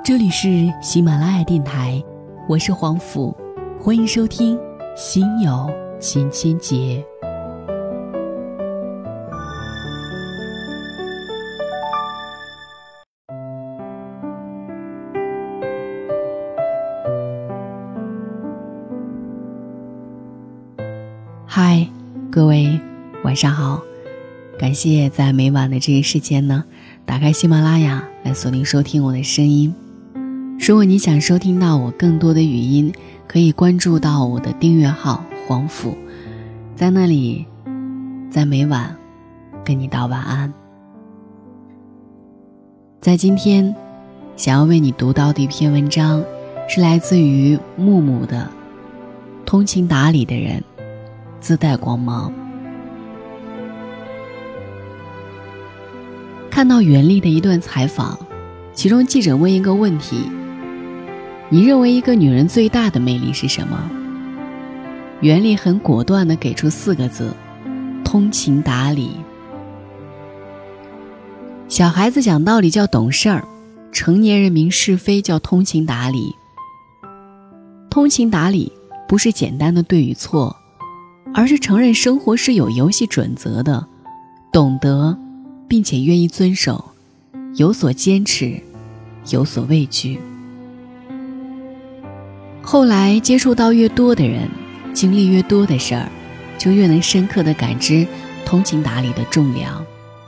这里是喜马拉雅电台，我是黄甫，欢迎收听心有千千结。嗨，各位晚上好，感谢在每晚的这一时间呢，打开喜马拉雅来锁定收听我的声音。如果你想收听到我更多的语音，可以关注到我的订阅号黄甫，在那里在每晚跟你道晚安。在今天想要为你读到的一篇文章，是来自于木木的通情达理的人自带光芒。看到袁立的一段采访，其中记者问一个问题：你认为一个女人最大的魅力是什么？袁立很果断地给出4个字：通情达理。小孩子讲道理叫懂事儿，成年人明是非叫通情达理。通情达理不是简单的对与错，而是承认生活是有游戏准则的，懂得并且愿意遵守，有所坚持，有所畏惧。后来接触到越多的人，经历越多的事儿，就越能深刻地感知通情达理的重量。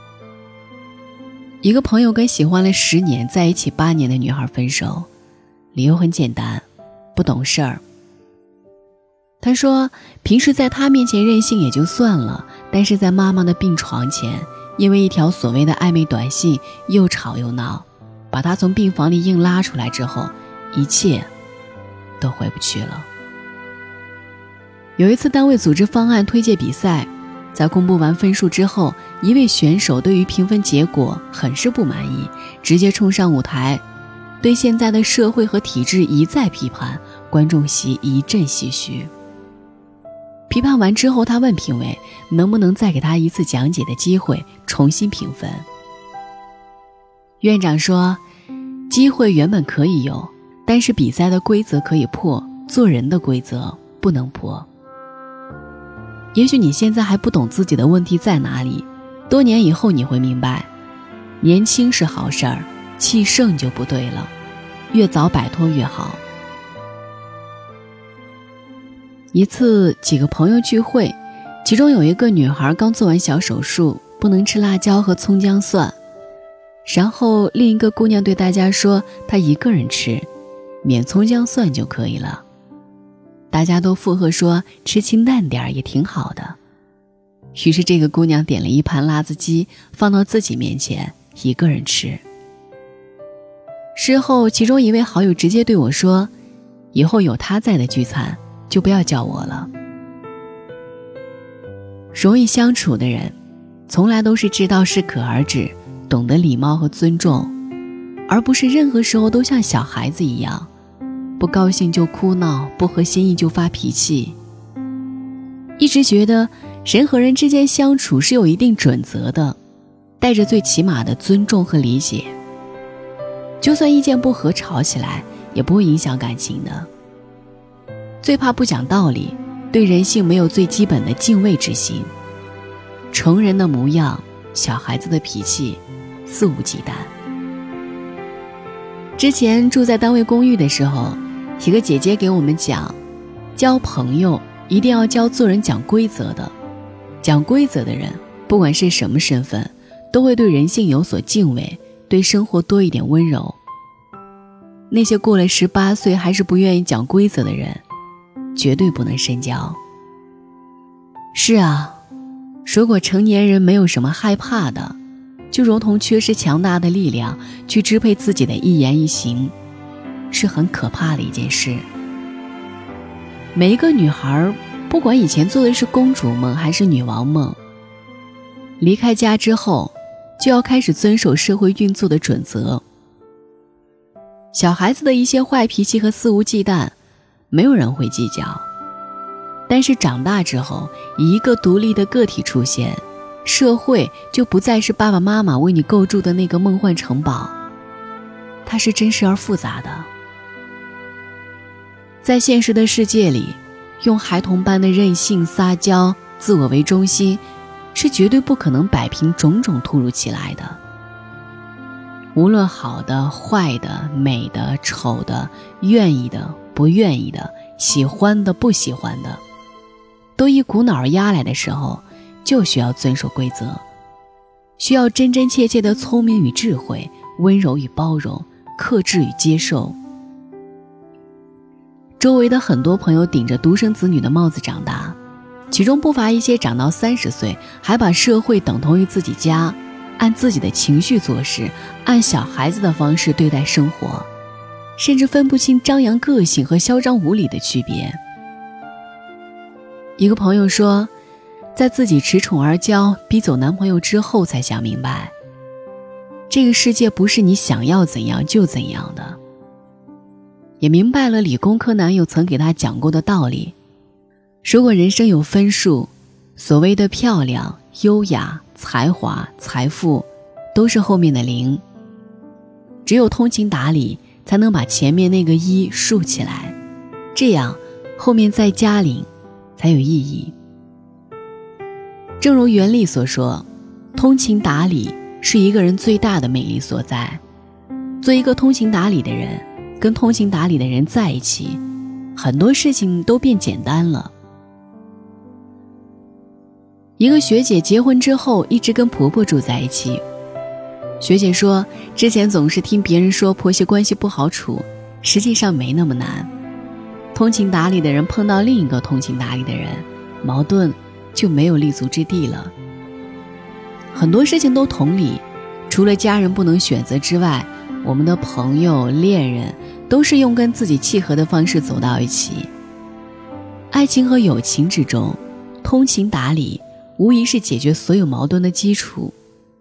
一个朋友跟喜欢了10年在一起8年的女孩分手，理由很简单，不懂事儿。他说平时在他面前任性也就算了，但是在妈妈的病床前，因为一条所谓的暧昧短信又吵又闹，把他从病房里硬拉出来之后，一切都回不去了。有一次单位组织方案推介比赛，在公布完分数之后，一位选手对于评分结果很是不满意，直接冲上舞台，对现在的社会和体制一再批判，观众席一阵唏嘘。批判完之后，他问评委能不能再给他一次讲解的机会，重新评分。院长说，机会原本可以有，但是比赛的规则可以破，做人的规则不能破。也许你现在还不懂自己的问题在哪里，多年以后你会明白，年轻是好事儿，气盛就不对了，越早摆脱越好。一次几个朋友聚会，其中有一个女孩刚做完小手术，不能吃辣椒和葱姜蒜，然后另一个姑娘对大家说她一个人吃，免葱姜蒜就可以了。大家都附和说吃清淡点也挺好的。于是这个姑娘点了一盘辣子鸡放到自己面前，一个人吃。事后其中一位好友直接对我说，以后有她在的聚餐就不要叫我了。容易相处的人从来都是知道适可而止，懂得礼貌和尊重，而不是任何时候都像小孩子一样，不高兴就哭闹，不合心意就发脾气。一直觉得人和人之间相处是有一定准则的，带着最起码的尊重和理解，就算意见不合吵起来也不会影响感情的。最怕不讲道理，对人性没有最基本的敬畏之心，成人的模样，小孩子的脾气，肆无忌惮。之前住在单位公寓的时候，一个姐姐给我们讲，交朋友一定要交做人讲规则的，讲规则的人不管是什么身份，都会对人性有所敬畏，对生活多一点温柔。那些过了18岁还是不愿意讲规则的人，绝对不能深交。是啊，如果成年人没有什么害怕的，就如同缺失强大的力量去支配自己的一言一行，是很可怕的一件事。每一个女孩，不管以前做的是公主梦还是女王梦，离开家之后就要开始遵守社会运作的准则。小孩子的一些坏脾气和肆无忌惮，没有人会计较，但是长大之后，以一个独立的个体出现，社会就不再是爸爸妈妈为你构筑的那个梦幻城堡， 它是真实而复杂的。在现实的世界里，用孩童般的任性、撒娇、自我为中心，是绝对不可能摆平种种突如其来的。无论好的、坏的、美的、丑的、愿意的、不愿意的、喜欢的、不喜欢的，都一股脑儿压来的时候，就需要遵守规则，需要真真切切的聪明与智慧，温柔与包容，克制与接受。周围的很多朋友顶着独生子女的帽子长大，其中不乏一些长到30岁还把社会等同于自己家，按自己的情绪做事，按小孩子的方式对待生活，甚至分不清张扬个性和嚣张无礼的区别。一个朋友说，在自己恃宠而骄逼走男朋友之后，才想明白，这个世界不是你想要怎样就怎样的。也明白了理工科男友曾给他讲过的道理，如果人生有分数，所谓的漂亮、优雅、才华、财富都是后面的0，只有通情达理才能把前面那个1竖起来，这样后面再加0才有意义。正如袁立所说，通情达理是一个人最大的魅力所在。做一个通情达理的人，跟通情达理的人在一起，很多事情都变简单了。一个学姐结婚之后一直跟婆婆住在一起，学姐说之前总是听别人说婆媳关系不好处，实际上没那么难。通情达理的人碰到另一个通情达理的人，矛盾就没有立足之地了。很多事情都同理，除了家人不能选择之外，我们的朋友、恋人都是用跟自己契合的方式走到一起。爱情和友情之中，通情达理无疑是解决所有矛盾的基础。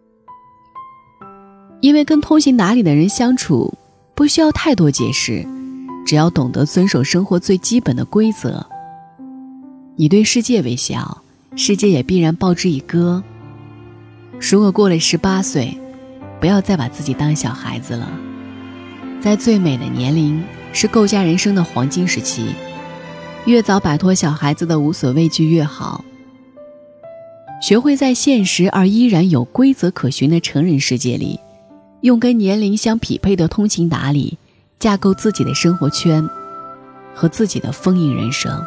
因为跟通情达理的人相处，不需要太多解释，只要懂得遵守生活最基本的规则。你对世界微笑，世界也必然报之以歌。如果过了18岁，不要再把自己当小孩子了。在最美的年龄，是构架人生的黄金时期，越早摆脱小孩子的无所畏惧越好。学会在现实而依然有规则可循的成人世界里，用跟年龄相匹配的通情达理，架构自己的生活圈和自己的丰盈人生。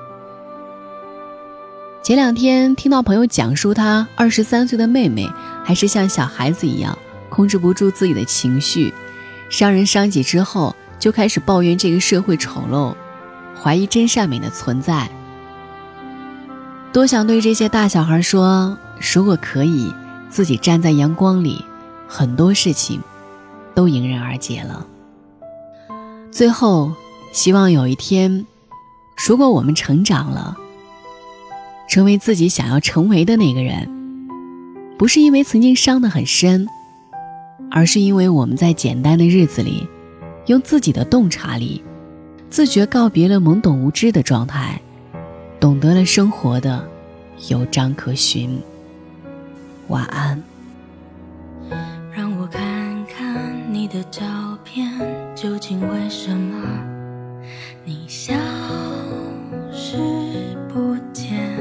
前2天听到朋友讲述他23岁的妹妹还是像小孩子一样控制不住自己的情绪，伤人伤己之后就开始抱怨这个社会丑陋，怀疑真善美的存在。多想对这些大小孩说，如果可以自己站在阳光里，很多事情都迎刃而解了。最后希望有一天，如果我们成长了，成为自己想要成为的那个人，不是因为曾经伤得很深，而是因为我们在简单的日子里，用自己的洞察力，自觉告别了懵懂无知的状态，懂得了生活的有章可循。晚安。 让我看看你的照片，究竟为什么你消失不见？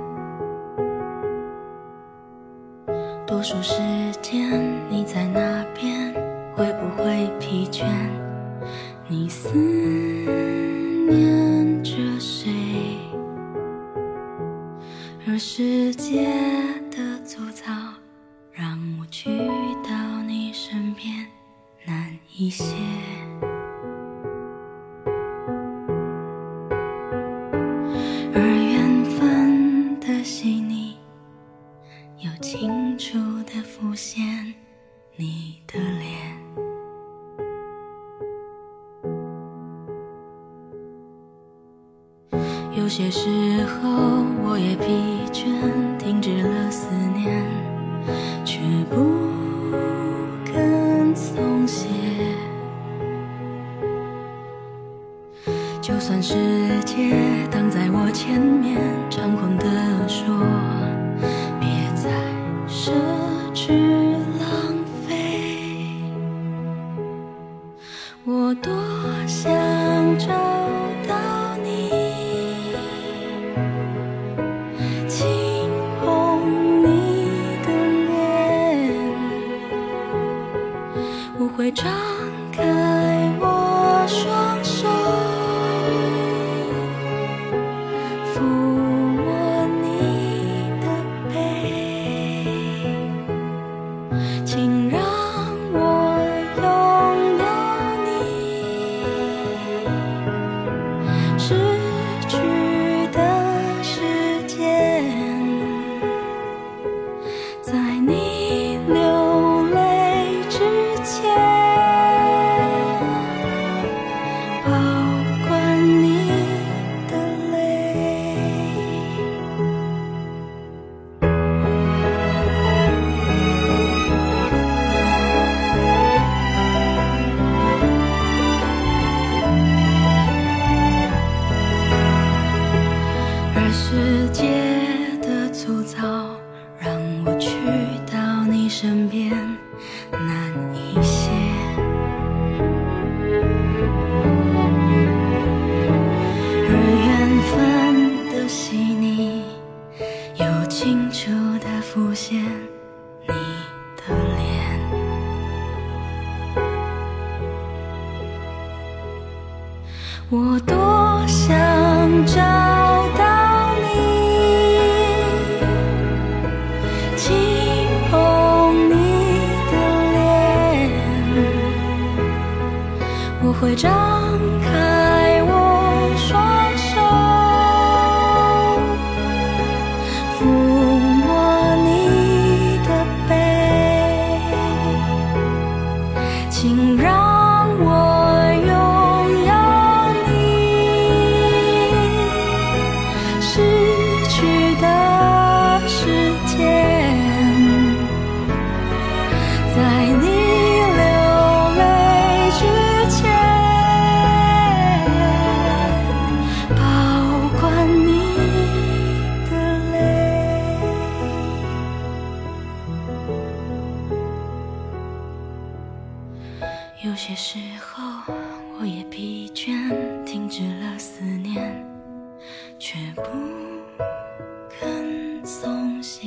多数时间你在那边，会不会疲倦？你思念着谁？而世界的粗糙，让我去到你身边难一些。而缘分的细腻，又清楚地浮现你的脸。有些时候我也疲倦，停止了思念，却不肯松懈。就算世界挡在我前面，猖狂地说别再奢侈浪费， 会张开我双手，抚摸你的背，请让我拥有你失去的时间，在你流泪之前保管你的泪。而世界的粗糙让我去到你身边难一些，而缘分的细腻又清楚地浮现你的脸。我多想找到你，轻碰你的脸，我会张开我双手，抚摸你的背，请让我拥有你失去的时间，在你流泪之前保管你的泪。有些时候我也疲倦，停止了思念，却不肯松懈。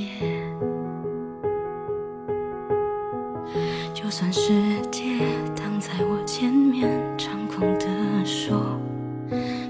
就算世界挡在我前面，猖狂地说